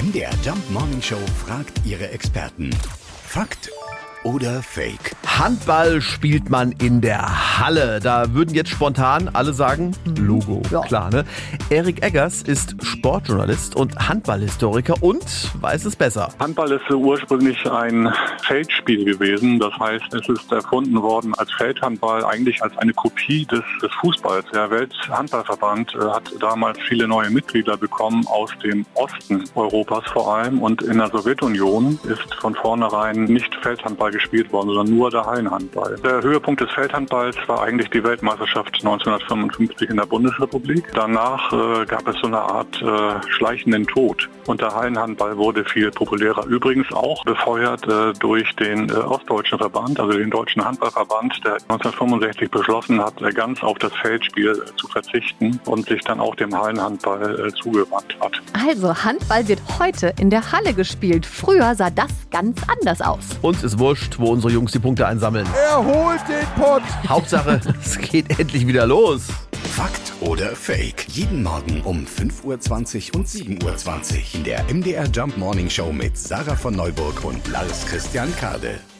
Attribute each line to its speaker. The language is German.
Speaker 1: MDR Jump Morning Show fragt ihre Experten. Fakt oder Fake?
Speaker 2: Handball spielt man in der Halle. Da würden jetzt spontan alle sagen, Logo. Ja. Klar, ne? Erik Eggers ist Sportjournalist und Handballhistoriker und weiß es besser.
Speaker 3: Handball ist ursprünglich ein Feldspiel gewesen. Das heißt, es ist erfunden worden als Feldhandball, eigentlich als eine Kopie des Fußballs. Der Welthandballverband hat damals viele neue Mitglieder bekommen aus dem Osten Europas vor allem. Und in der Sowjetunion ist von vornherein nicht Feldhandball gespielt worden, sondern nur der Hallenhandball. Der Höhepunkt des Feldhandballs war eigentlich die Weltmeisterschaft 1955 in der Bundesrepublik. Danach gab es so eine Art schleichenden Tod. Und der Hallenhandball wurde viel populärer. Übrigens auch befeuert durch den Ostdeutschen Verband, also den Deutschen Handballverband, der 1965 beschlossen hat, ganz auf das Feldspiel zu verzichten und sich dann auch dem Hallenhandball zugewandt hat.
Speaker 4: Also Handball wird heute in der Halle gespielt. Früher sah das ganz anders aus.
Speaker 2: Uns ist wurscht, wo unsere Jungs die Punkte einsammeln.
Speaker 5: Er holt den Pott.
Speaker 2: Hauptsache, es geht endlich wieder los.
Speaker 1: Fakt oder Fake? Jeden Morgen um 5.20 Uhr und 7.20 Uhr in der MDR Jump Morning Show mit Sarah von Neuburg und Lars Christian Kade.